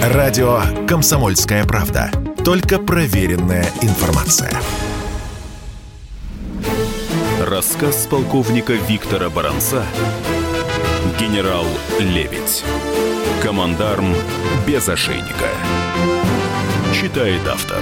Радио «Комсомольская правда». Только проверенная информация. Рассказ полковника Виктора Баранца «Генерал Лебедь». Командарм без ошейника. Читает автор.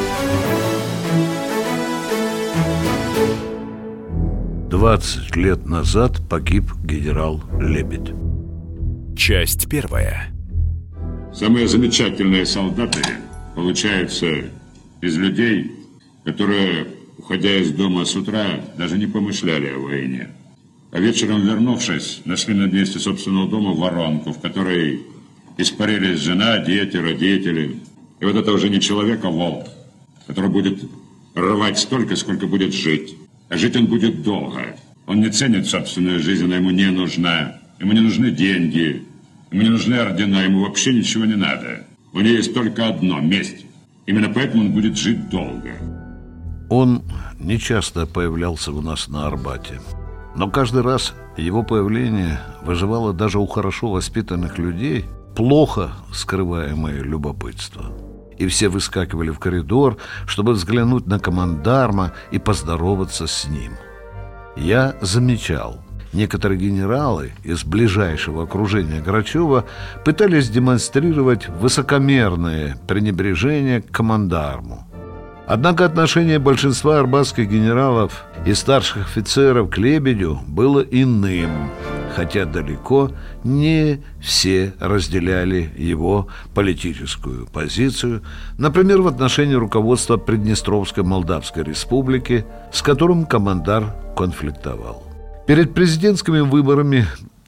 «20 лет назад погиб генерал Лебедь». Часть первая. Самые замечательные солдаты получаются из людей, которые, уходя из дома с утра, даже не помышляли о войне. А вечером, вернувшись, нашли на месте собственного дома воронку, в которой испарились жена, дети, родители. И вот это уже не человек, а волк, который будет рвать столько, сколько будет жить. А жить он будет долго. Он не ценит собственную жизнь, она ему не нужна. Ему не нужны деньги, ему не нужны ордена, ему вообще ничего не надо. У него есть только одно – месть. Именно поэтому он будет жить долго. Он нечасто появлялся у нас на Арбате. Но каждый раз его появление вызывало даже у хорошо воспитанных людей плохо скрываемое любопытство. И все выскакивали в коридор, чтобы взглянуть на командарма и поздороваться с ним. Я замечал, некоторые генералы из ближайшего окружения Грачева пытались демонстрировать высокомерное пренебрежение к командарму. Однако отношение большинства арбатских генералов и старших офицеров к Лебедю было иным, хотя далеко не все разделяли его политическую позицию, например, в отношении руководства Приднестровской Молдавской Республики, с которым командар конфликтовал. Перед президентскими выборами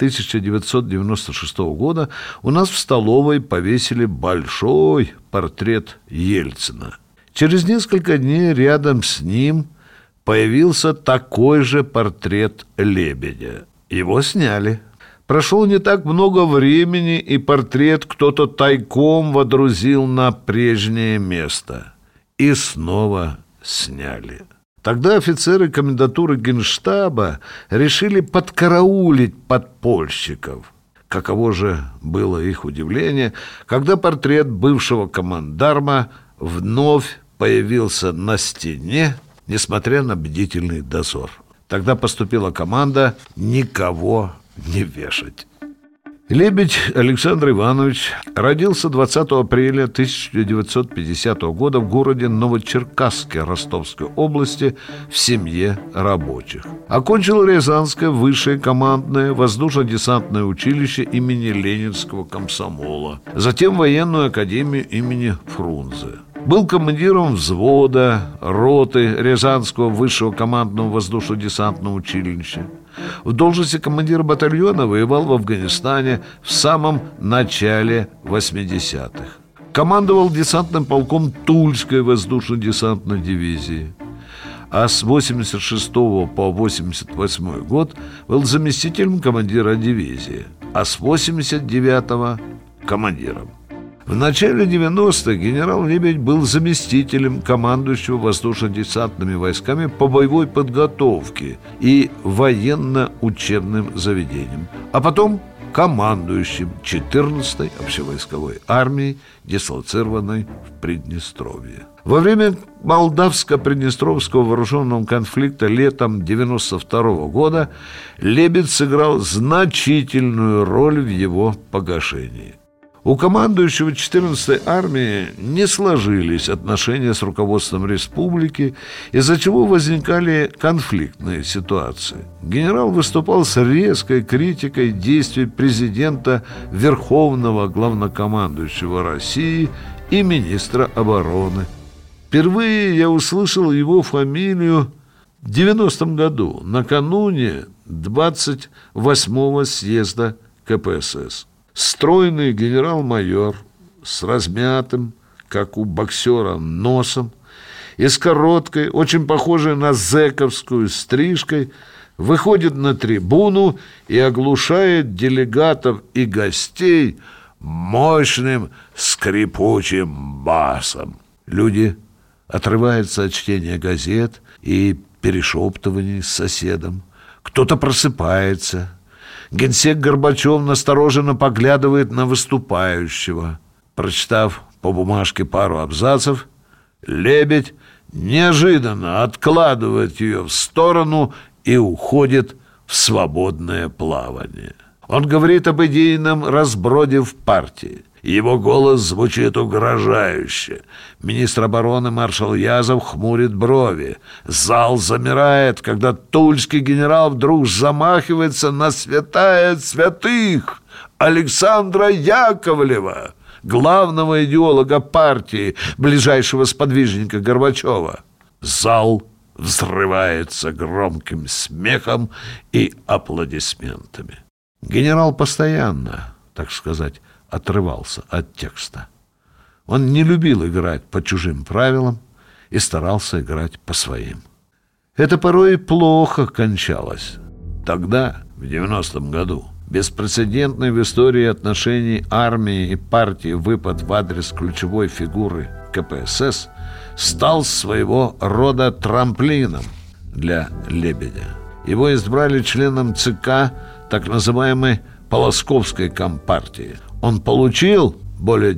1996 года у нас в столовой повесили большой портрет Ельцина. Через несколько дней рядом с ним появился такой же портрет Лебедя. Его сняли. Прошло не так много времени, и портрет кто-то тайком водрузил на прежнее место. И снова сняли. Тогда офицеры комендатуры Генштаба решили подкараулить подпольщиков. Каково же было их удивление, когда портрет бывшего командарма вновь появился на стене, несмотря на бдительный дозор. Тогда поступила команда никого не вешать. Лебедь Александр Иванович родился 20 апреля 1950 года в городе Новочеркасске Ростовской области в семье рабочих. Окончил Рязанское высшее командное воздушно-десантное училище имени Ленинского комсомола, затем военную академию имени Фрунзе. Был командиром взвода, роты Рязанского высшего командного воздушно-десантного училища. В должности командира батальона воевал в Афганистане в самом начале 80-х. Командовал десантным полком Тульской воздушно-десантной дивизии. А с 86 по 88 год был заместителем командира дивизии, а с 89 командиром. В начале 90-х генерал Лебедь был заместителем командующего воздушно-десантными войсками по боевой подготовке и военно-учебным заведениям, а потом командующим 14-й общевойсковой армией, дислоцированной в Приднестровье. Во время Молдавско-Приднестровского вооруженного конфликта летом 1992 года Лебедь сыграл значительную роль в его погашении. У командующего 14-й армии не сложились отношения с руководством республики, из-за чего возникали конфликтные ситуации. Генерал выступал с резкой критикой действий президента Верховного главнокомандующего России и министра обороны. Впервые я услышал его фамилию в 90-м году, накануне 28-го съезда КПСС. Стройный генерал-майор с размятым, как у боксера, носом и с короткой, очень похожей на зэковскую стрижкой, выходит на трибуну и оглушает делегатов и гостей мощным скрипучим басом. Люди отрываются от чтения газет и перешептываний с соседом. Кто-то просыпается. Генсек Горбачев настороженно поглядывает на выступающего. Прочитав по бумажке пару абзацев, Лебедь неожиданно откладывает ее в сторону и уходит в свободное плавание. Он говорит об идейном разброде в партии. Его голос звучит угрожающе. Министр обороны маршал Язов хмурит брови. Зал замирает, когда тульский генерал вдруг замахивается на святая святых Александра Яковлева, главного идеолога партии, ближайшего сподвижника Горбачева. Зал взрывается громким смехом и аплодисментами. Генерал постоянно, так сказать, отрывался от текста. Он не любил играть по чужим правилам и старался играть по своим. Это порой плохо кончалось. Тогда, в 90-м году, беспрецедентный в истории отношений армии и партии выпад в адрес ключевой фигуры КПСС стал своего рода трамплином для Лебедя. Его избрали членом ЦК так называемой Полосковской компартии. Он получил более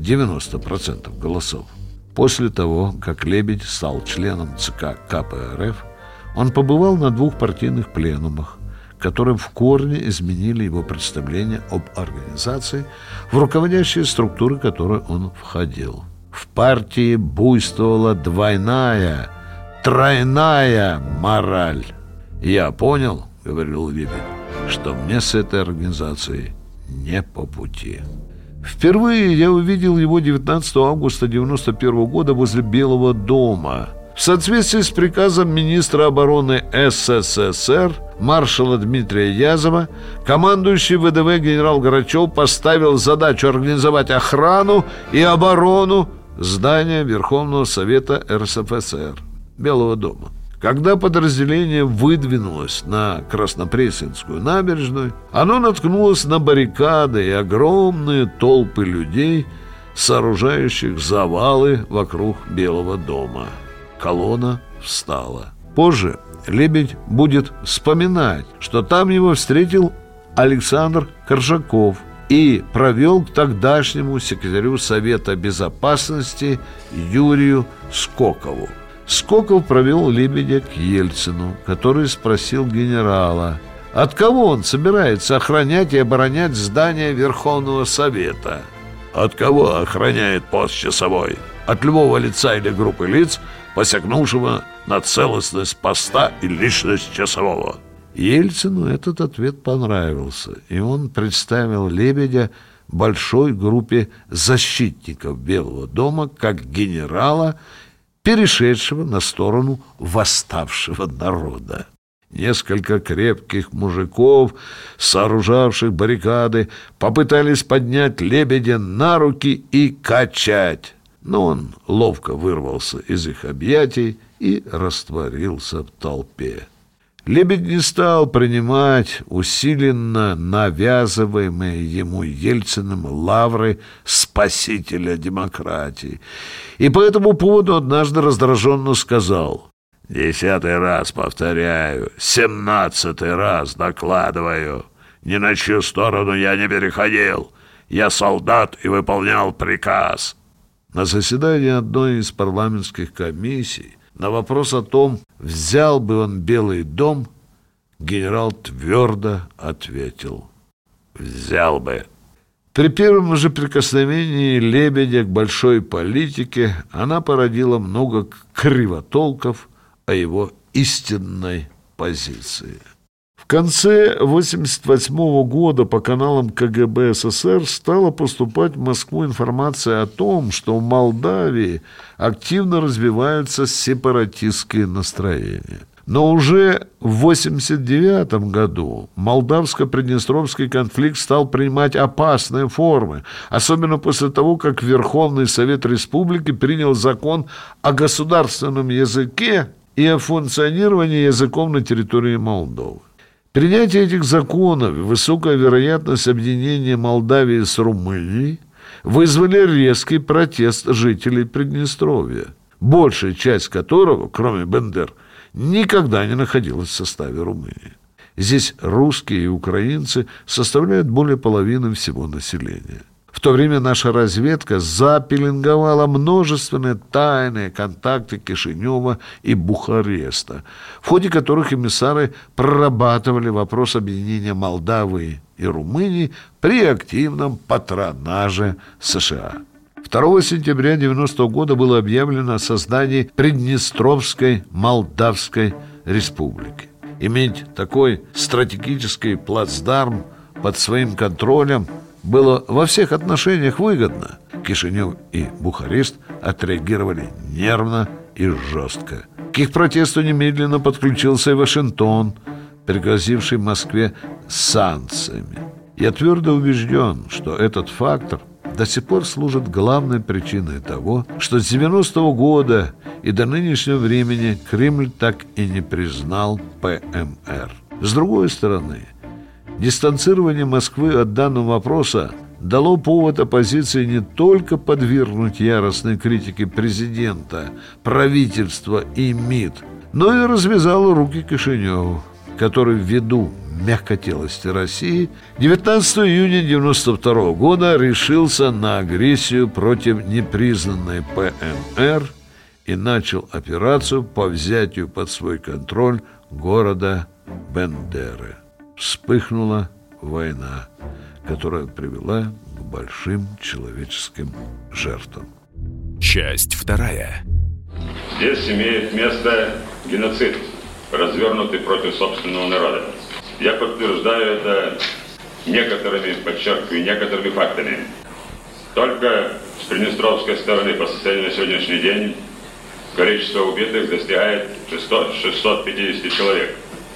90% голосов. После того, как Лебедь стал членом ЦК КПРФ, он побывал на 2 партийных пленумах, которые в корне изменили его представление об организации, в руководящие структуры которой он входил. В партии буйствовала двойная, тройная мораль. «Я понял, — говорил Лебедь, — что мне с этой организацией не по пути». Впервые я увидел его 19 августа 1991 года возле Белого дома. В соответствии с приказом министра обороны СССР маршала Дмитрия Язова, командующий ВДВ генерал Грачев поставил задачу организовать охрану и оборону здания Верховного Совета РСФСР, Белого дома. Когда подразделение выдвинулось на Краснопресненскую набережную, оно наткнулось на баррикады и огромные толпы людей, сооружающих завалы вокруг Белого дома. Колонна встала. Позже Лебедь будет вспоминать, что там его встретил Александр Коржаков и провел к тогдашнему секретарю Совета Безопасности Юрию Скокову. Скоков провел Лебедя к Ельцину, который спросил генерала, от кого он собирается охранять и оборонять здание Верховного Совета. «От кого охраняет пост часовой? От любого лица или группы лиц, посягнувшего на целостность поста и личность часового». Ельцину этот ответ понравился, и он представил Лебедя большой группе защитников Белого дома как генерала, перешедшего на сторону восставшего народа. Несколько крепких мужиков, сооружавших баррикады, попытались поднять Лебедя на руки и качать, но он ловко вырвался из их объятий и растворился в толпе. Лебедь не стал принимать усиленно навязываемые ему Ельциным лавры спасителя демократии. И по этому поводу однажды раздраженно сказал: 10-й раз повторяю, 17-й раз докладываю, ни на чью сторону я не переходил. Я солдат и выполнял приказ. На заседании одной из парламентских комиссий на вопрос о том, взял бы он Белый дом, генерал твердо ответил: взял бы. При первом же прикосновении Лебедя к большой политике она породила много кривотолков о его истинной позиции. В конце 1988 года по каналам КГБ СССР стала поступать в Москву информация о том, что в Молдавии активно развиваются сепаратистские настроения. Но уже в 1989 году молдавско-приднестровский конфликт стал принимать опасные формы, особенно после того, как Верховный Совет Республики принял закон о государственном языке и о функционировании языков на территории Молдовы. Принятие этих законов и высокая вероятность объединения Молдавии с Румынией вызвали резкий протест жителей Приднестровья, большая часть которого, кроме Бендер, никогда не находилась в составе Румынии. Здесь русские и украинцы составляют более половины всего населения. В то время наша разведка запеленговала множественные тайные контакты Кишинева и Бухареста, в ходе которых эмиссары прорабатывали вопрос объединения Молдавии и Румынии при активном патронаже США. 2 сентября 1990 года было объявлено о создании Приднестровской Молдавской Республики. Иметь такой стратегический плацдарм под своим контролем было во всех отношениях выгодно. Кишинев и Бухарест отреагировали нервно и жестко. К их протесту немедленно подключился и Вашингтон, пригрозивший Москве санкциями. Я твердо убежден, что этот фактор до сих пор служит главной причиной того, что с 90-го года и до нынешнего времени Кремль так и не признал ПМР. С другой стороны, дистанцирование Москвы от данного вопроса дало повод оппозиции не только подвергнуть яростной критике президента, правительства и МИД, но и развязало руки Кишиневу, который ввиду мягкотелости России 19 июня 1992 года решился на агрессию против непризнанной ПМР и начал операцию по взятию под свой контроль города Бендеры. Вспыхнула война, которая привела к большим человеческим жертвам. Часть 2. Здесь имеет место геноцид, развернутый против собственного народа. Я подтверждаю это некоторыми, подчеркиваю, некоторыми фактами. Только с приднестровской стороны по состоянию на сегодняшний день количество убитых достигает 650 человек,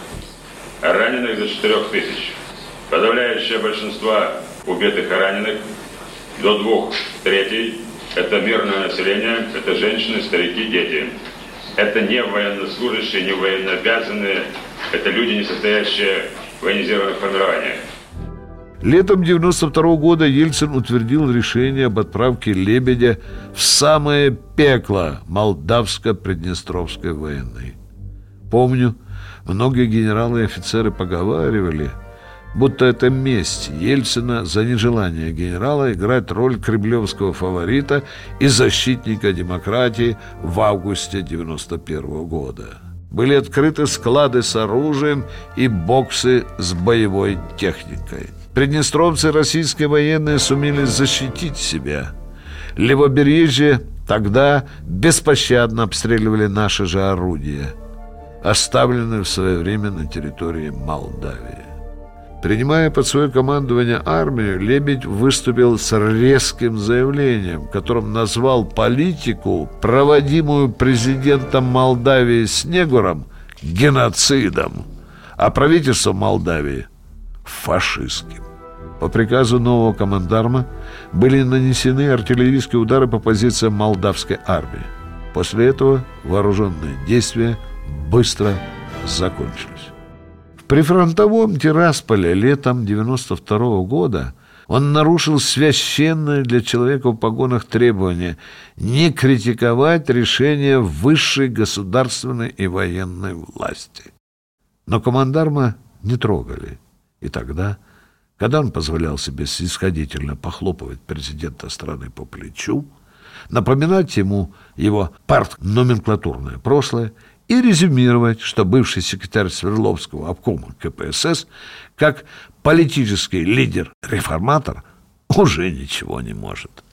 а раненых до 4000. Подавляющее большинство убитых и раненых, до 2/3, это мирное население, это женщины, старики, дети. Это не военнослужащие, не военнообязанные, это люди, не состоящие в военизированных формированиях. Летом 1992 года Ельцин утвердил решение об отправке «Лебедя» в самое пекло Молдавско-Приднестровской войны. Помню, многие генералы и офицеры поговаривали, будто это месть Ельцина за нежелание генерала играть роль кремлевского фаворита и защитника демократии в августе 1991 года. Были открыты склады с оружием и боксы с боевой техникой. Приднестровцы, российские военные, сумели защитить себя. Левобережье тогда беспощадно обстреливали наши же орудия, оставленные в свое время на территории Молдавии. Принимая под свое командование армию, Лебедь выступил с резким заявлением, в котором назвал политику, проводимую президентом Молдавии Снегуром, геноцидом, а правительство Молдавии – фашистским. По приказу нового командарма были нанесены артиллерийские удары по позициям молдавской армии. После этого вооруженные действия быстро закончились. В прифронтовом Тирасполе летом 1992 года он нарушил священное для человека в погонах требование не критиковать решения высшей государственной и военной власти. Но командарма не трогали. И тогда, когда он позволял себе снисходительно похлопывать президента страны по плечу, напоминать ему его партноменклатурное прошлое и резюмировать, что бывший секретарь Свердловского обкома КПСС, как политический лидер-реформатор, уже ничего не может.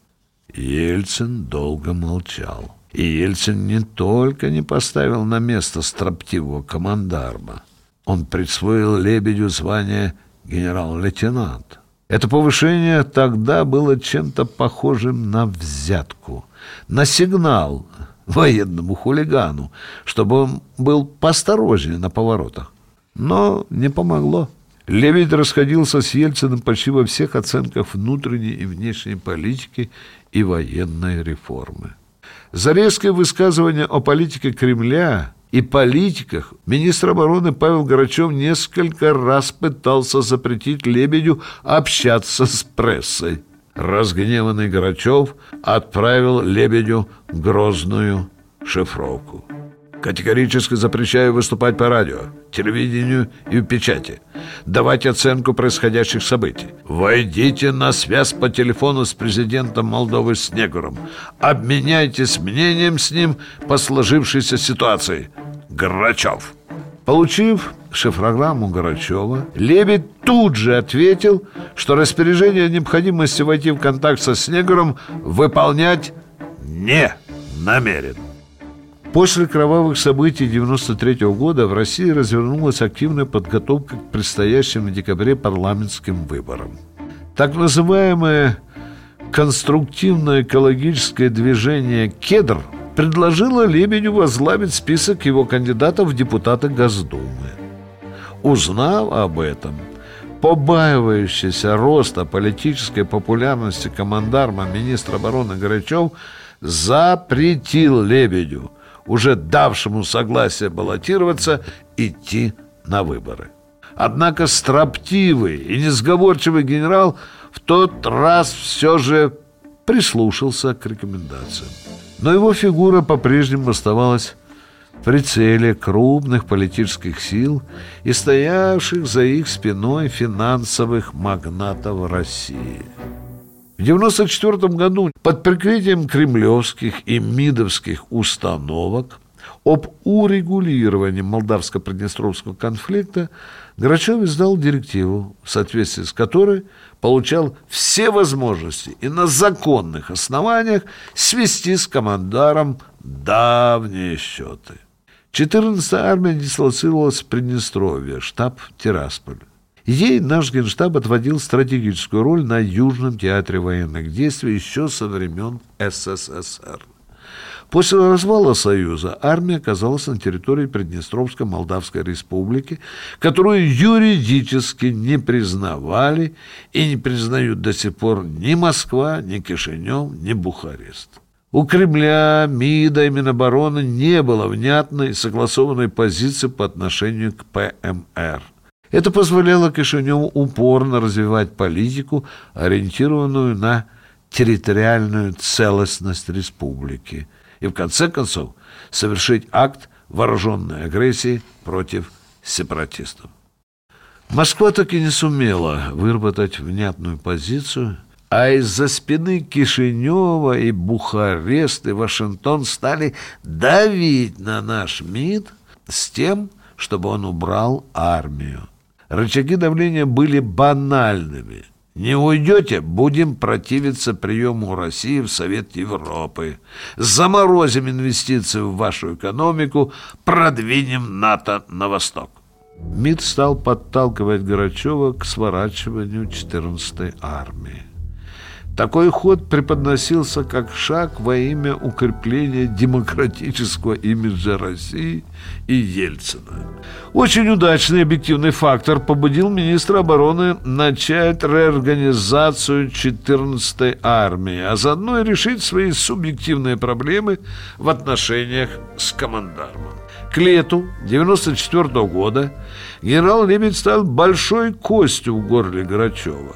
Ельцин долго молчал. И Ельцин не только не поставил на место строптивого командарма, он присвоил Лебедю звание генерал-лейтенант. Это повышение тогда было чем-то похожим на взятку, на сигнал военному хулигану, чтобы он был поосторожнее на поворотах. Но не помогло. Лебедь расходился с Ельциным почти во всех оценках внутренней и внешней политики и военной реформы. За резкое высказывание о политике Кремля и политиках министр обороны Павел Грачев несколько раз пытался запретить Лебедю общаться с прессой. Разгневанный Грачев отправил Лебедю грозную шифровку. Категорически запрещаю выступать по радио, телевидению и в печати, давать оценку происходящих событий. Войдите на связь по телефону с президентом Молдовы Снегуром. Обменяйтесь мнением с ним по сложившейся ситуации. Грачев. Получив шифрограмму Грачева, Лебедь тут же ответил, что распоряжение о необходимости войти в контакт со Снегуром выполнять не намерен. После кровавых событий 1993 года в России развернулась активная подготовка к предстоящим в декабре парламентским выборам. Так называемое конструктивное экологическое движение «Кедр» предложило Лебедю возглавить список его кандидатов в депутаты Госдумы. Узнав об этом, побаивающийся роста политической популярности командарма министр обороны Грачев запретил Лебедю, уже давшему согласие баллотироваться, идти на выборы. Однако строптивый и несговорчивый генерал в тот раз все же прислушался к рекомендациям. Но его фигура по-прежнему оставалась в прицеле крупных политических сил и стоявших за их спиной финансовых магнатов России. В 1994 году под прикрытием кремлевских и мидовских установок об урегулировании молдавско-приднестровского конфликта Грачев издал директиву, в соответствии с которой получал все возможности и на законных основаниях свести с командаром давние счеты. 14-я армия дислоцировалась в Приднестровье, штаб Тирасполь. Ей наш Генштаб отводил стратегическую роль на Южном театре военных действий еще со времен СССР. После развала Союза армия оказалась на территории Приднестровской Молдавской Республики, которую юридически не признавали и не признают до сих пор ни Москва, ни Кишинев, ни Бухарест. У Кремля, МИДа и Минобороны не было внятной и согласованной позиции по отношению к ПМР. Это позволяло Кишиневу упорно развивать политику, ориентированную на территориальную целостность республики, и в конце концов совершить акт вооруженной агрессии против сепаратистов. Москва так и не сумела выработать внятную позицию, а из-за спины Кишинева и Бухарест и Вашингтон стали давить на наш МИД с тем, чтобы он убрал армию. Рычаги давления были банальными. Не уйдете, будем противиться приему России в Совет Европы. Заморозим инвестиции в вашу экономику, продвинем НАТО на восток. МИД стал подталкивать Грачева к сворачиванию 14-й армии. Такой ход преподносился как шаг во имя укрепления демократического имиджа России и Ельцина. Очень удачный объективный фактор побудил министра обороны начать реорганизацию 14-й армии, а заодно и решить свои субъективные проблемы в отношениях с командармом. К лету 1994 года генерал Лебедь стал большой костью в горле Грачева.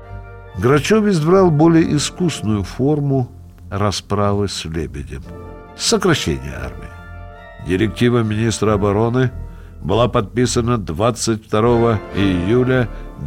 Грачев избрал более искусную форму расправы с Лебедем – сокращение армии. Директива министра обороны была подписана 22 июля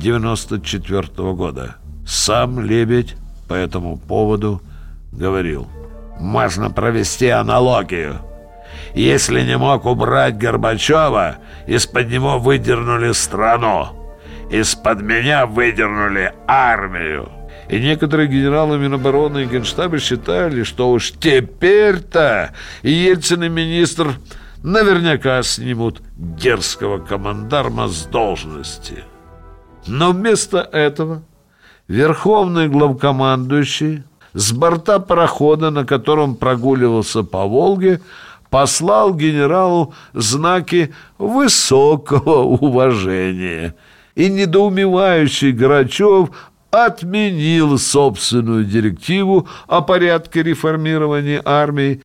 1994 года. Сам Лебедь по этому поводу говорил: «Можно провести аналогию. Если не мог убрать Горбачева, из-под него выдернули страну. Из-под меня выдернули армию». И некоторые генералы Минобороны и Генштаба считали, что уж теперь-то Ельцин и министр наверняка снимут дерзкого командарма с должности. Но вместо этого верховный главкомандующий с борта парохода, на котором прогуливался по Волге, послал генералу знаки высокого уважения. И недоумевающий Грачев отменил собственную директиву о порядке реформирования армии.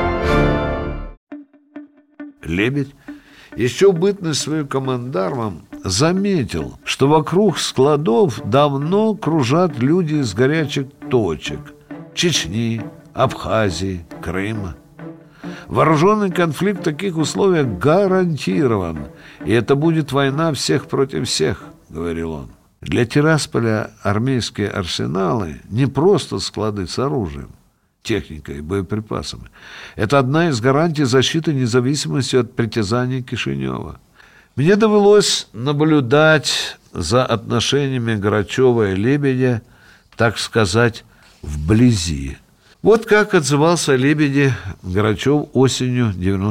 Лебедь еще в бытность своим командармом заметил, что вокруг складов давно кружат люди из горячих точек – Чечни, Абхазии, Крыма. Вооруженный конфликт в таких условиях гарантирован, и это будет война всех против всех, говорил он. Для Тирасполя армейские арсеналы не просто склады с оружием, техникой и боеприпасами. Это одна из гарантий защиты независимости от притязаний Кишинева. Мне довелось наблюдать за отношениями Грачева и Лебедя, так сказать, вблизи. Вот как отзывался о Лебеде Грачев осенью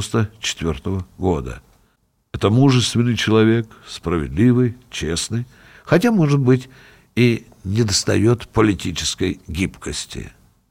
1994 года. Это мужественный человек, справедливый, честный, хотя, может быть, и недостает политической гибкости.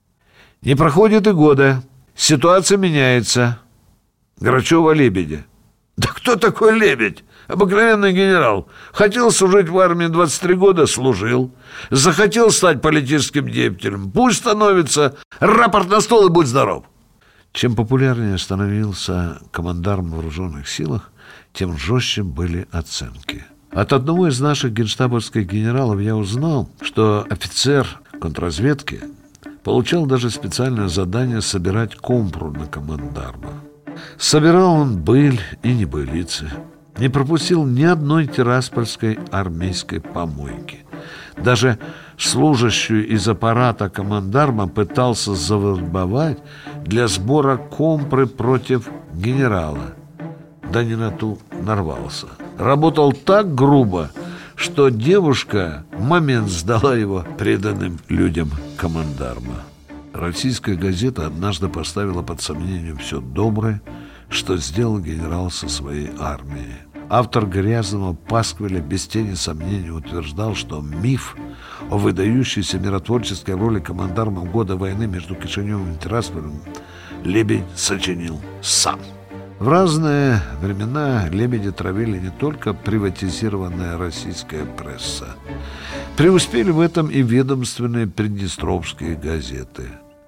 Не проходит и года, ситуация меняется. Грачев о Лебеде. Да кто такой Лебедь? Обыкновенный генерал. Хотел служить в армии 23 года, служил. Захотел стать политическим деятелем. Пусть становится. Рапорт на стол и будь здоров. Чем популярнее становился командарм в вооруженных силах, тем жестче были оценки. От одного из наших генштабовских генералов я узнал, что офицер контрразведки получал даже специальное задание собирать компру на командарма. Собирал он быль и небылицы. Не пропустил ни одной тираспольской армейской помойки. Даже служащую из аппарата командарма пытался завербовать для сбора компры против генерала. Да не на ту нарвался. Работал так грубо, что девушка в момент сдала его преданным людям командарма. Российская газета однажды поставила под сомнение все доброе, что сделал генерал со своей армией. Автор грязного пасквиля без тени сомнений утверждал, что миф о выдающейся миротворческой роли командарма в годы войны между Кишиневым и Тирасполем Лебедь сочинил сам. В разные времена Лебедя травили не только приватизированная российская пресса. Преуспели в этом и ведомственные приднестровские газеты.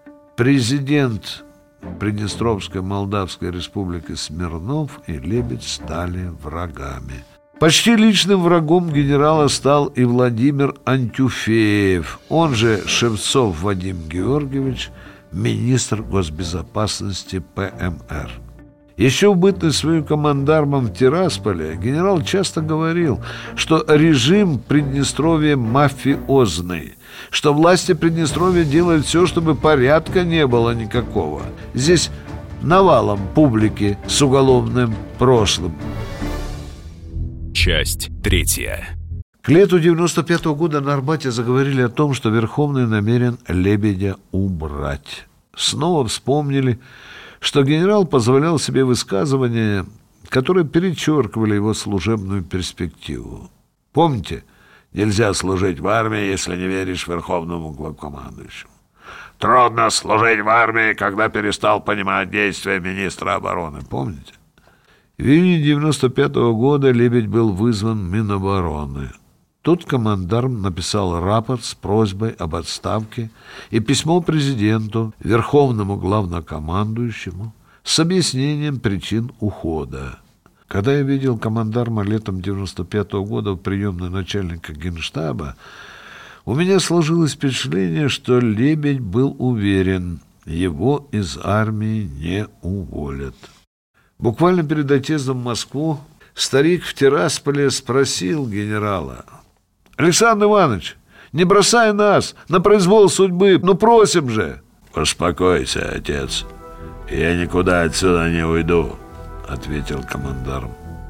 Президент Приднестровской Молдавской Республики Смирнов и Лебедь стали врагами. Почти личным врагом генерала стал и Владимир Антюфеев, он же Шевцов Вадим Георгиевич, министр госбезопасности ПМР. Еще в бытность свою командармом в Тирасполе генерал часто говорил, что режим Приднестровья мафиозный, что власти Приднестровья делают все, чтобы порядка не было никакого. Здесь навалом публики с уголовным прошлым. Часть 3. К лету 95-го года на Арбате заговорили о том, что Верховный намерен Лебедя убрать. Снова вспомнили, что генерал позволял себе высказывания, которые перечеркивали его служебную перспективу. Помните, нельзя служить в армии, если не веришь верховному главкомандующему. Трудно служить в армии, когда перестал понимать действия министра обороны. Помните? В июне 95-го года Лебедь был вызван в Минобороны. Тут командарм написал рапорт с просьбой об отставке и письмо президенту, верховному главнокомандующему, с объяснением причин ухода. Когда я видел командарма летом 95-го года в приемной начальника Генштаба, у меня сложилось впечатление, что Лебедь был уверен, его из армии не уволят. Буквально перед отъездом в Москву старик в Тирасполе спросил генерала: «Александр Иванович, не бросай нас на произвол судьбы, ну просим же!» «Успокойся, отец, я никуда отсюда не уйду», — ответил командарм.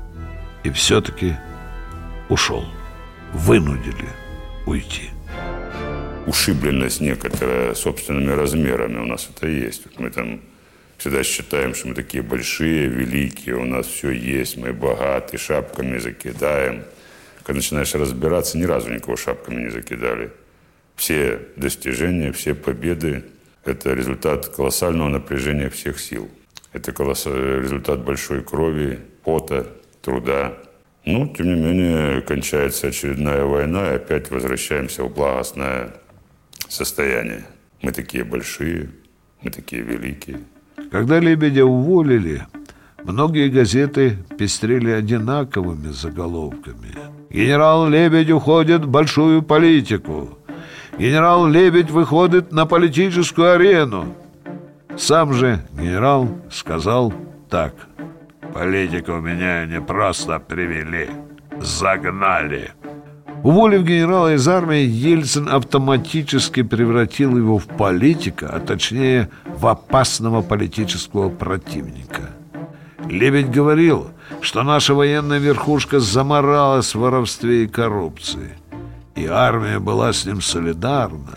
И все-таки ушел. Вынудили уйти. Ушибленность некоторая собственными размерами у нас это есть. Мы там всегда считаем, что мы такие большие, великие, у нас все есть, мы богаты, шапками закидаем. Когда начинаешь разбираться, ни разу никого шапками не закидали. Все достижения, все победы – это результат колоссального напряжения всех сил. Это результат большой крови, пота, труда. Но, тем не менее, кончается очередная война, и опять возвращаемся в благостное состояние. Мы такие большие, мы такие великие. Когда Лебедя уволили, многие газеты пестрели одинаковыми заголовками. «Генерал Лебедь уходит в большую политику», «Генерал Лебедь выходит на политическую арену». Сам же генерал сказал так: «Политику меня не просто привели, загнали». Уволив генерала из армии, Ельцин автоматически превратил его в политика, а точнее в опасного политического противника. Лебедь говорил, что наша военная верхушка заморалась в воровстве и коррупции, и армия была с ним солидарна.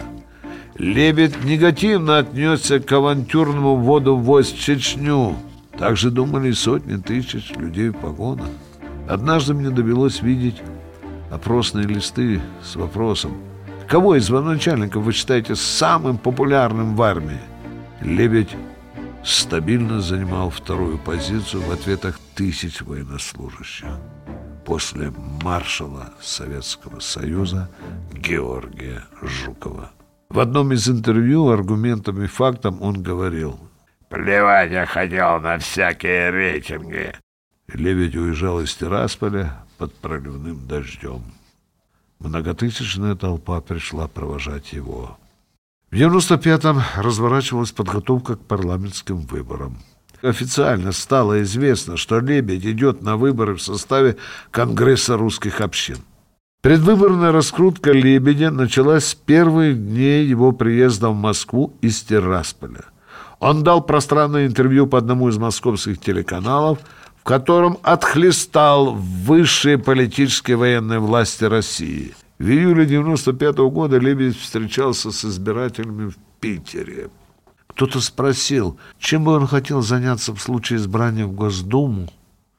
Лебедь негативно отнесся к авантюрному вводу войск в Чечню. Так же думали и сотни тысяч людей в погонах. Однажды мне довелось видеть опросные листы с вопросом: кого из военачальников вы считаете самым популярным в армии? Лебедь стабильно занимал вторую позицию в ответах тысяч военнослужащих после маршала Советского Союза Георгия Жукова. В одном из интервью аргументом и фактом он говорил: «Плевать я хотел на всякие рейтинги». Лебедь уезжал из Тирасполя под проливным дождем. Многотысячная толпа пришла провожать его. В 95-м разворачивалась подготовка к парламентским выборам. Официально стало известно, что Лебедь идет на выборы в составе Конгресса русских общин. Предвыборная раскрутка Лебедя началась с первых дней его приезда в Москву из Тирасполя. Он дал пространное интервью по одному из московских телеканалов, в котором отхлестал высшие политические и военные власти России. В июле 95 года Лебедь встречался с избирателями в Питере. Кто-то спросил, чем бы он хотел заняться в случае избрания в Госдуму.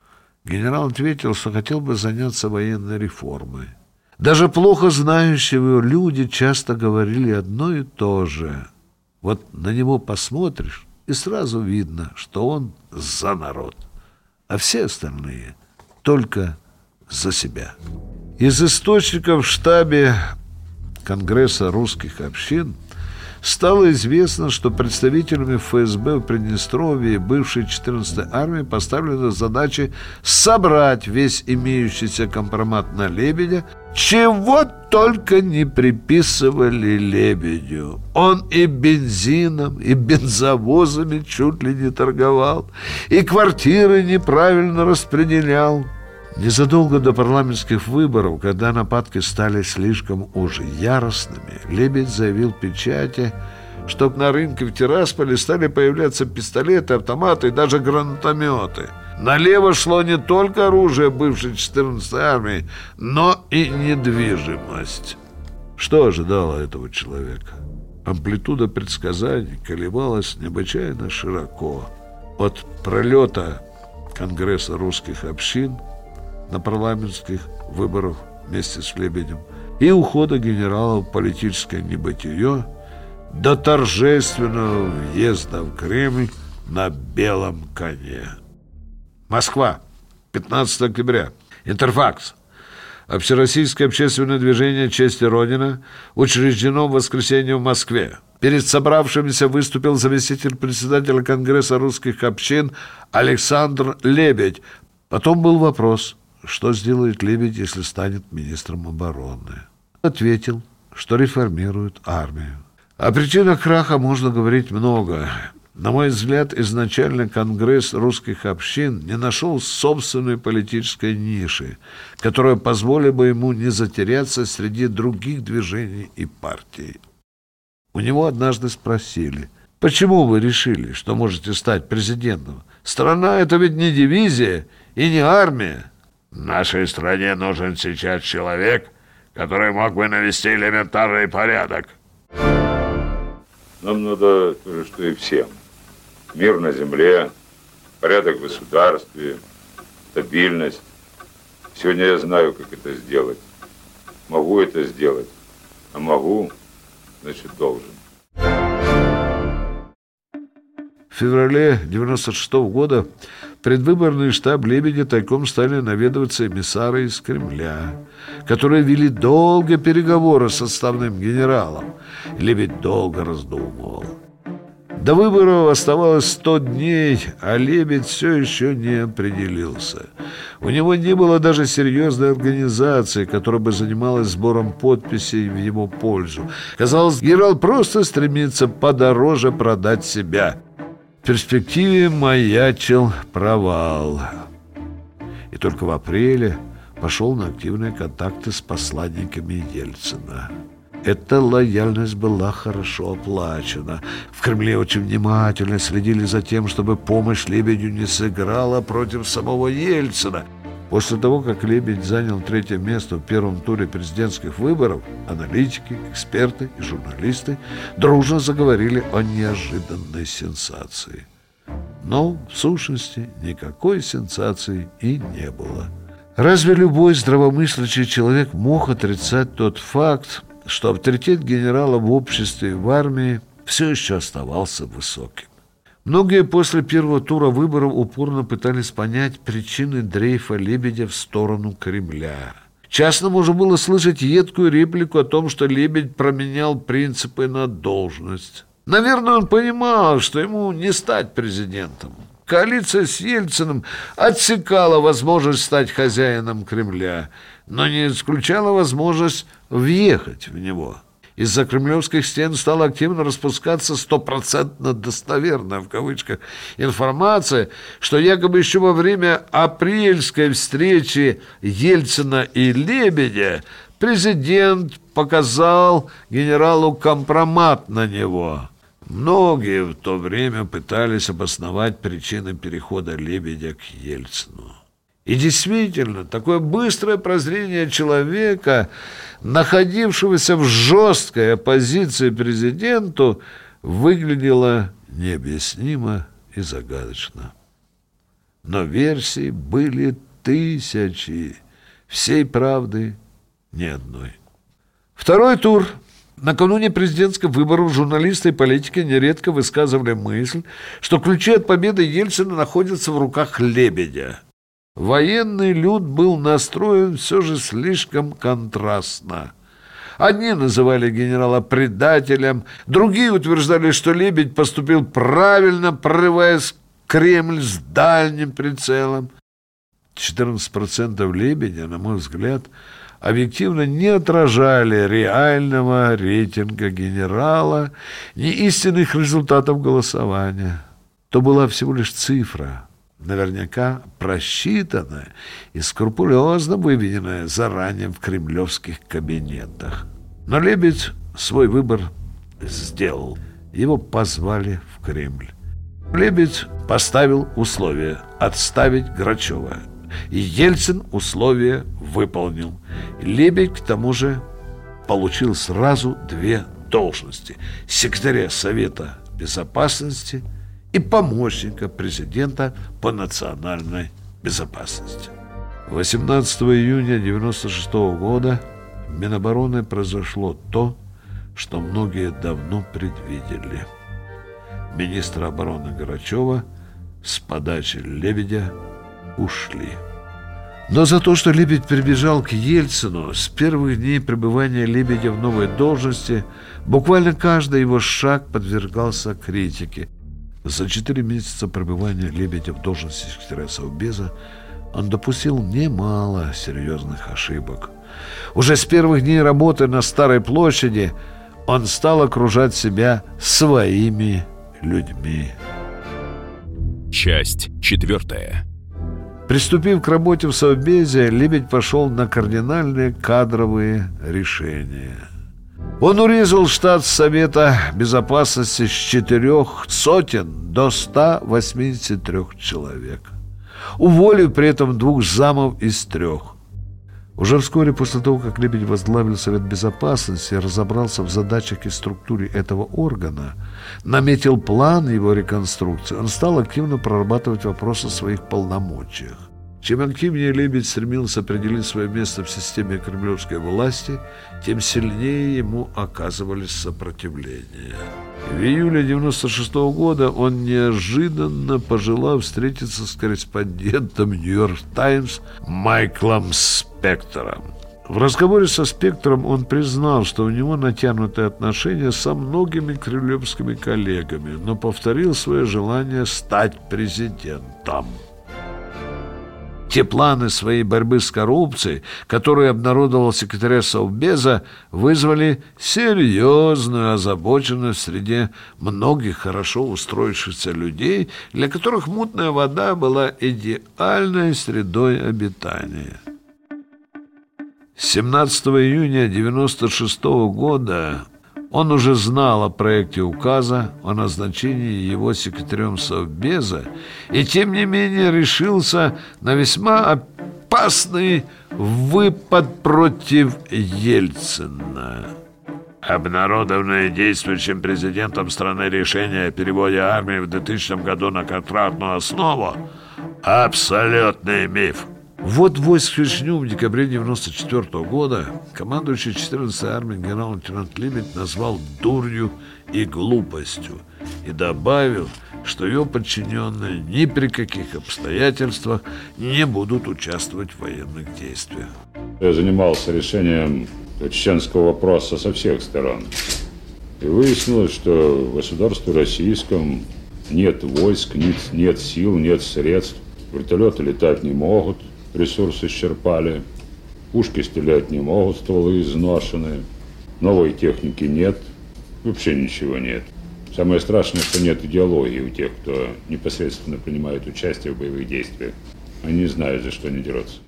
Генерал ответил, что хотел бы заняться военной реформой. Даже плохо знающие его люди часто говорили одно и то же. Вот на него посмотришь, и сразу видно, что он за народ, а все остальные только за себя. Из источников в штабе Конгресса русских общин стало известно, что представителями ФСБ в Приднестровье и бывшей 14-й армии поставлена задача собрать весь имеющийся компромат на Лебедя, чего только не приписывали Лебедю. Он и бензином, и бензовозами чуть ли не торговал, и квартиры неправильно распределял. Незадолго до парламентских выборов, когда нападки стали слишком уж яростными, Лебедь заявил печати, что на рынке в Тирасполе стали появляться пистолеты, автоматы и даже гранатометы. Налево шло не только оружие бывшей 14-й армии, но и недвижимость. Что ожидало этого человека? Амплитуда предсказаний колебалась необычайно широко. От пролета Конгресса русских общин на парламентских выборах вместе с Лебедем и ухода генерала в политическое небытие до торжественного въезда в Кремль на белом коне. Москва, 15 октября. Интерфакс. Общероссийское общественное движение «Честь и Родина» учреждено в воскресенье в Москве. Перед собравшимися выступил заместитель председателя Конгресса русских общин Александр Лебедь. Потом был вопрос, что сделает Лебедь, если станет министром обороны. Ответил, что реформирует армию. О причинах краха можно говорить много. На мой взгляд, изначально Конгресс русских общин не нашел собственной политической ниши, которая позволила бы ему не затеряться среди других движений и партий. У него однажды спросили: «Почему вы решили, что можете стать президентом? Страна — это ведь не дивизия и не армия». «Нашей стране нужен сейчас человек, который мог бы навести элементарный порядок». Нам надо то же, что и всем. Мир на земле, порядок в государстве, стабильность. Сегодня я знаю, как это сделать. Могу это сделать. А могу, значит, должен. В феврале 96 года в предвыборный штаб Лебедя тайком стали наведываться эмиссары из Кремля, которые вели долгие переговоры с отставным генералом. Лебедь долго раздумывал. До выборов оставалось 100 дней, а Лебедь все еще не определился. У него не было даже серьезной организации, которая бы занималась сбором подписей в его пользу. Казалось, генерал просто стремится подороже продать себя. перспективе маячил провал. И только в апреле пошел на активные контакты с посланниками Ельцина. Эта лояльность была хорошо оплачена. В Кремле очень внимательно следили за тем, чтобы помощь Лебедю не сыграла против самого Ельцина. После того, как Лебедь занял 3-е место в первом туре президентских выборов, аналитики, эксперты и журналисты дружно заговорили о неожиданной сенсации. Но, в сущности, никакой сенсации и не было. Разве любой здравомыслящий человек мог отрицать тот факт, что авторитет генерала в обществе и в армии все еще оставался высоким? Многие после первого тура выборов упорно пытались понять причины дрейфа Лебедя в сторону Кремля. Часто можно было слышать едкую реплику о том, что Лебедь променял принципы на должность. Наверное, он понимал, что ему не стать президентом. Коалиция с Ельциным отсекала возможность стать хозяином Кремля, но не исключала возможность въехать в него. Из-за кремлевских стен стала активно распускаться 100% достоверная, в кавычках, информация, что якобы еще во время апрельской встречи Ельцина и Лебедя президент показал генералу компромат на него. Многие в то время пытались обосновать причины перехода Лебедя к Ельцину. И действительно, такое быстрое прозрение человека, находившегося в жесткой оппозиции президенту, выглядело необъяснимо и загадочно. Но версий были тысячи, всей правды ни одной. Второй тур. Накануне президентских выборов журналисты и политики нередко высказывали мысль, что ключи от победы Ельцина находятся в руках Лебедя. Военный люд был настроен все же слишком контрастно. Одни называли генерала предателем, другие утверждали, что Лебедь поступил правильно, прорываясь в Кремль с дальним прицелом. 14% Лебедя, на мой взгляд, объективно не отражали реального рейтинга генерала, ни истинных результатов голосования. То была всего лишь цифра, наверняка просчитанная и скрупулезно выведенная заранее в кремлевских кабинетах. Но Лебедь свой выбор сделал. Его позвали в Кремль. Лебедь поставил условие отставить Грачева. И Ельцин условия выполнил. Лебедь, к тому же, получил сразу 2 должности: секретаря Совета Безопасности и помощника президента по национальной безопасности. 18 июня 1996 года в Минобороны произошло то, что многие давно предвидели. Министра обороны Грачева с подачи Лебедя ушли. Но за то, что Лебедь прибежал к Ельцину, с первых дней пребывания Лебедя в новой должности буквально каждый его шаг подвергался критике. За 4 месяца пребывания Лебедя в должности секретаря Совбеза он допустил немало серьезных ошибок. Уже с первых дней работы на Старой площади он стал окружать себя своими людьми. Часть 4. Приступив к работе в Совбезе, Лебедь пошел на кардинальные кадровые решения. Он урезал штат Совета Безопасности с 400 до 183 человек, уволив при этом 2 замов из 3. Уже вскоре после того, как Лебедь возглавил Совет Безопасности и разобрался в задачах и структуре этого органа, наметил план его реконструкции, он стал активно прорабатывать вопросы о своих полномочиях. Чем активнее Лебедь стремился определить свое место в системе кремлевской власти, тем сильнее ему оказывались сопротивления. В июле 1996 года он неожиданно пожелал встретиться с корреспондентом «Нью-Йорк Таймс» Майклом Спектором. В разговоре со Спектором он признал, что у него натянутые отношения со многими кремлевскими коллегами, но повторил свое желание стать президентом. Те планы своей борьбы с коррупцией, которые обнародовал секретарь Совбеза, вызвали серьезную озабоченность среди многих хорошо устроившихся людей, для которых мутная вода была идеальной средой обитания. 17 июня 1996 года он уже знал о проекте указа о назначении его секретарем Совбеза и, тем не менее, решился на весьма опасный выпад против Ельцина. Обнародованное действующим президентом страны решение о переводе армии в 2000 году на контрактную основу – абсолютный миф. Вот войск в Чечню в декабре 1994 года командующий 14-й армией генерал-лейтенант Лебедь назвал дурью и глупостью и добавил, что ее подчиненные ни при каких обстоятельствах не будут участвовать в военных действиях. Я занимался решением чеченского вопроса со всех сторон. И выяснилось, что в государстве российском нет войск, нет сил, нет средств. Вертолеты летать не могут. Ресурсы исчерпали, пушки стрелять не могут, стволы изношены, новой техники нет, вообще ничего нет. Самое страшное, что нет идеологии у тех, кто непосредственно принимает участие в боевых действиях. Они не знают, за что они дерутся.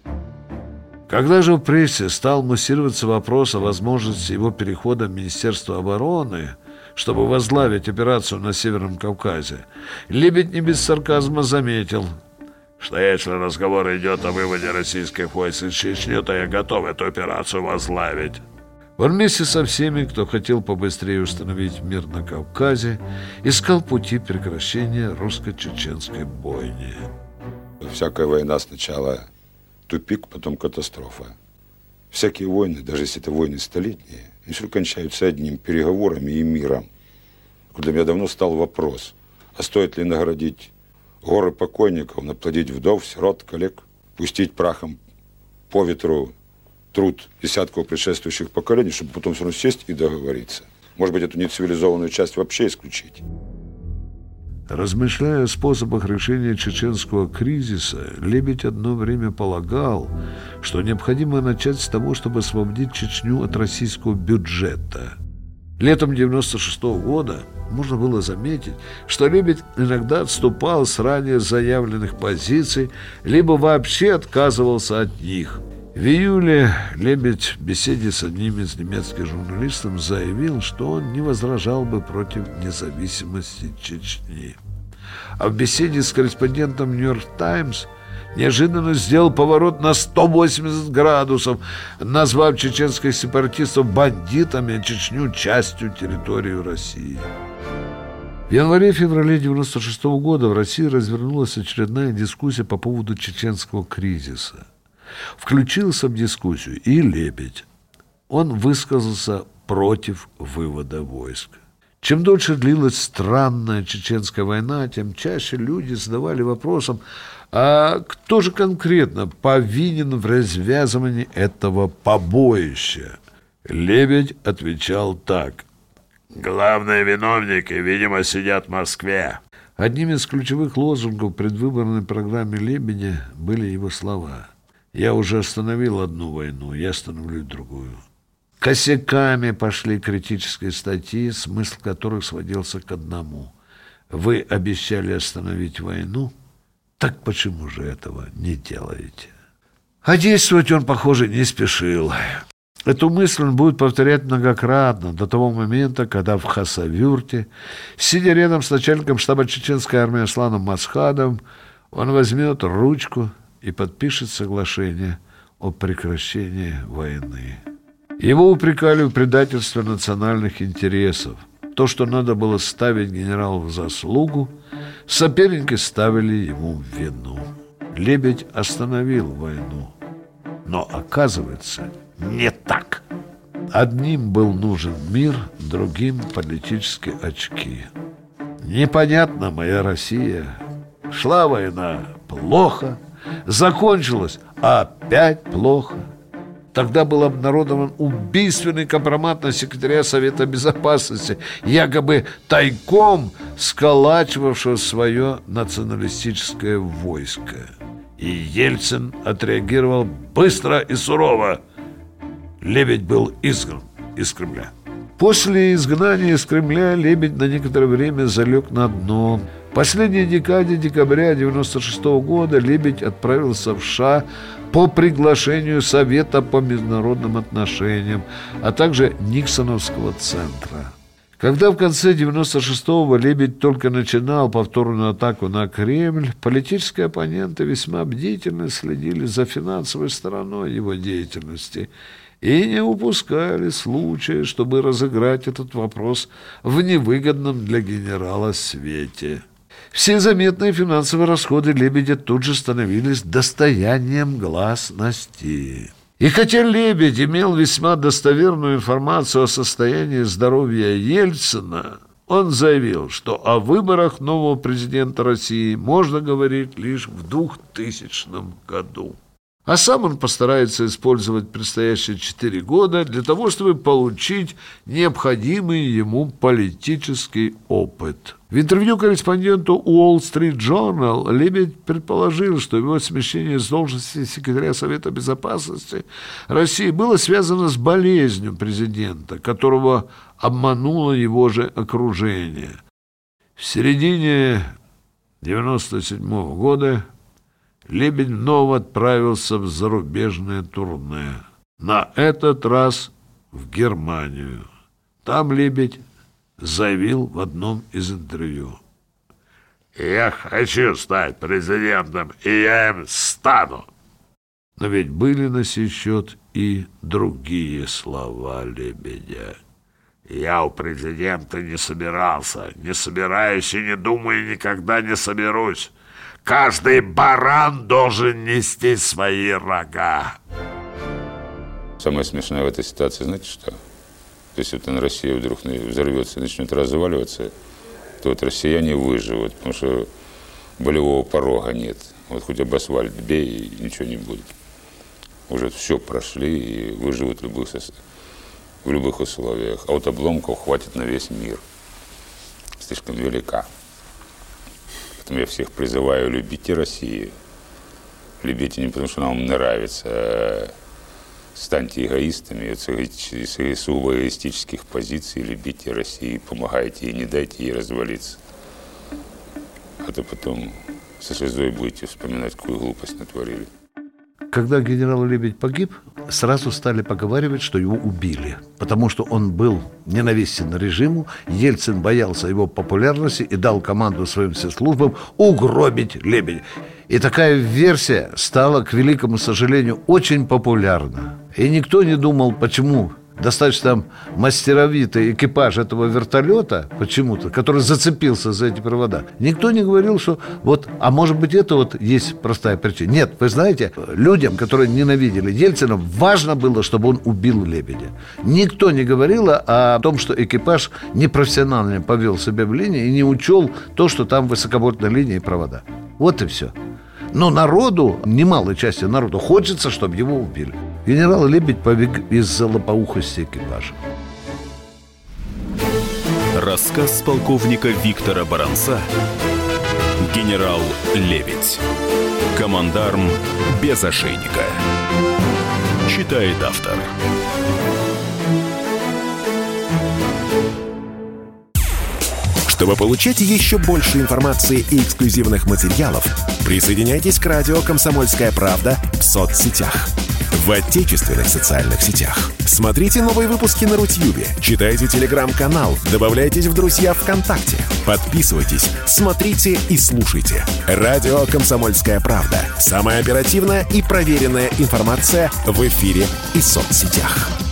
Когда же в прессе стал муссироваться вопрос о возможности его перехода в Министерство обороны, чтобы возглавить операцию на Северном Кавказе, Лебедь не без сарказма заметил, что если разговор идет о выводе российских войск из Чечни, то я готов эту операцию возглавить. Он вместе со всеми, кто хотел побыстрее установить мир на Кавказе, искал пути прекращения русско-чеченской бойни. Всякая война сначала тупик, потом катастрофа. Всякие войны, даже если это войны столетние, они все кончаются одним – переговорами и миром. Для меня давно стал вопрос, а стоит ли наградить горы покойников, наплодить вдов, сирот, коллег, пустить прахом по ветру труд десятков предшествующих поколений, чтобы потом все равно сесть и договориться. Может быть, эту нецивилизованную часть вообще исключить. Размышляя о способах решения чеченского кризиса, Лебедь одно время полагал, что необходимо начать с того, чтобы освободить Чечню от российского бюджета. Летом 1996 года можно было заметить, что Лебедь иногда отступал с ранее заявленных позиций, либо вообще отказывался от них. В июле Лебедь в беседе с одним из немецких журналистов заявил, что он не возражал бы против независимости Чечни. А в беседе с корреспондентом «Нью-Йорк Таймс» неожиданно сделал поворот на 180 градусов, назвав чеченских сепаратистов бандитами, а Чечню частью территории России. В январе-феврале 1996 года в России развернулась очередная дискуссия по поводу чеченского кризиса. Включился в дискуссию и Лебедь. Он высказался против вывода войск. Чем дольше длилась странная чеченская война, тем чаще люди задавали вопросом, а кто же конкретно повинен в развязывании этого побоища? Лебедь отвечал так: главные виновники, видимо, сидят в Москве. Одним из ключевых лозунгов предвыборной программы Лебедя были его слова: «Я уже остановил одну войну, я остановлю другую». Косяками пошли критические статьи, смысл которых сводился к одному: вы обещали остановить войну, так почему же этого не делаете? А действовать он, похоже, не спешил. Эту мысль он будет повторять многократно, до того момента, когда в Хасавюрте, сидя рядом с начальником штаба чеченской армии Асланом Масхадовым, он возьмет ручку и подпишет соглашение о прекращении войны. Его упрекали в предательстве национальных интересов. То, что надо было ставить генералу в заслугу, соперники ставили ему в вину. Лебедь остановил войну. Но, оказывается, не так. Одним был нужен мир, другим — политические очки. Непонятно, моя Россия. Шла война плохо, закончилась опять плохо. Тогда был обнародован убийственный компромат на секретаря Совета Безопасности, якобы тайком сколачивавшего свое националистическое войско. И Ельцин отреагировал быстро и сурово. Лебедь был изгнан из Кремля. После изгнания из Кремля Лебедь на некоторое время залег на дно. В последней декаде декабря 1996 года Лебедь отправился в США по приглашению Совета по международным отношениям, а также Никсоновского центра. Когда в конце 96-го Лебедь только начинал повторную атаку на Кремль, политические оппоненты весьма бдительно следили за финансовой стороной его деятельности и не упускали случая, чтобы разыграть этот вопрос в невыгодном для генерала свете. Все заметные финансовые расходы Лебедя тут же становились достоянием гласности. И хотя Лебедь имел весьма достоверную информацию о состоянии здоровья Ельцина, он заявил, что о выборах нового президента России можно говорить лишь в 2000 году. А сам он постарается использовать предстоящие 4 года для того, чтобы получить необходимый ему политический опыт. В интервью корреспонденту Wall Street Journal Лебедь предположил, что его смещение с должности секретаря Совета Безопасности России было связано с болезнью президента, которого обмануло его же окружение. В середине 1997 года Лебедь вновь отправился в зарубежное турне. На этот раз в Германию. Там Лебедь заявил в одном из интервью: «Я хочу стать президентом, и я им стану». Но ведь были на сей счет и другие слова Лебедя. «Я у президента не собирался, не собираюсь и не думаю, никогда не соберусь. Каждый баран должен нести свои рога». Самое смешное в этой ситуации, знаете что? Если вот на Россия вдруг взорвется и начнет разваливаться, то вот россияне выживут, потому что болевого порога нет. Вот хоть об асфальт бей, и ничего не будет. Уже все прошли и выживут в любых условиях. А вот обломков хватит на весь мир. Слишком велика. Я всех призываю: любите Россию. Любите не потому, что она вам нравится, а станьте эгоистами, с сугубо эгоистических позиций любите Россию, помогайте ей, не дайте ей развалиться. А то потом со слезой будете вспоминать, какую глупость натворили. Когда генерал Лебедь погиб, сразу стали поговаривать, что его убили, потому что он был ненавистен режиму, Ельцин боялся его популярности и дал команду своим спецслужбам угробить Лебедя. И такая версия стала, к великому сожалению, очень популярна. И никто не думал, почему достаточно мастеровитый экипаж этого вертолета, почему-то, который зацепился за эти провода. Никто не говорил, что вот, а может быть, это вот есть простая причина. Нет, вы знаете, людям, которые ненавидели Ельцина, важно было, чтобы он убил Лебедя. Никто не говорил о том, что экипаж непрофессионально повел себя в линии и не учел то, что там высоковольтная линия и провода. Вот и все. Но народу, немалой части народу, хочется, чтобы его убили. Генерал Лебедь погиб из-за лопоухости экипажа. Рассказ полковника Виктора Баранца «Генерал Лебедь». Командарм без ошейника. Читает автор. Чтобы получать еще больше информации и эксклюзивных материалов, присоединяйтесь к радио «Комсомольская правда» в соцсетях. В отечественных социальных сетях. Смотрите новые выпуски на Рутьюбе, читайте телеграм-канал, добавляйтесь в друзья ВКонтакте, подписывайтесь, смотрите и слушайте. Радио «Комсомольская правда». Самая оперативная и проверенная информация в эфире и соцсетях.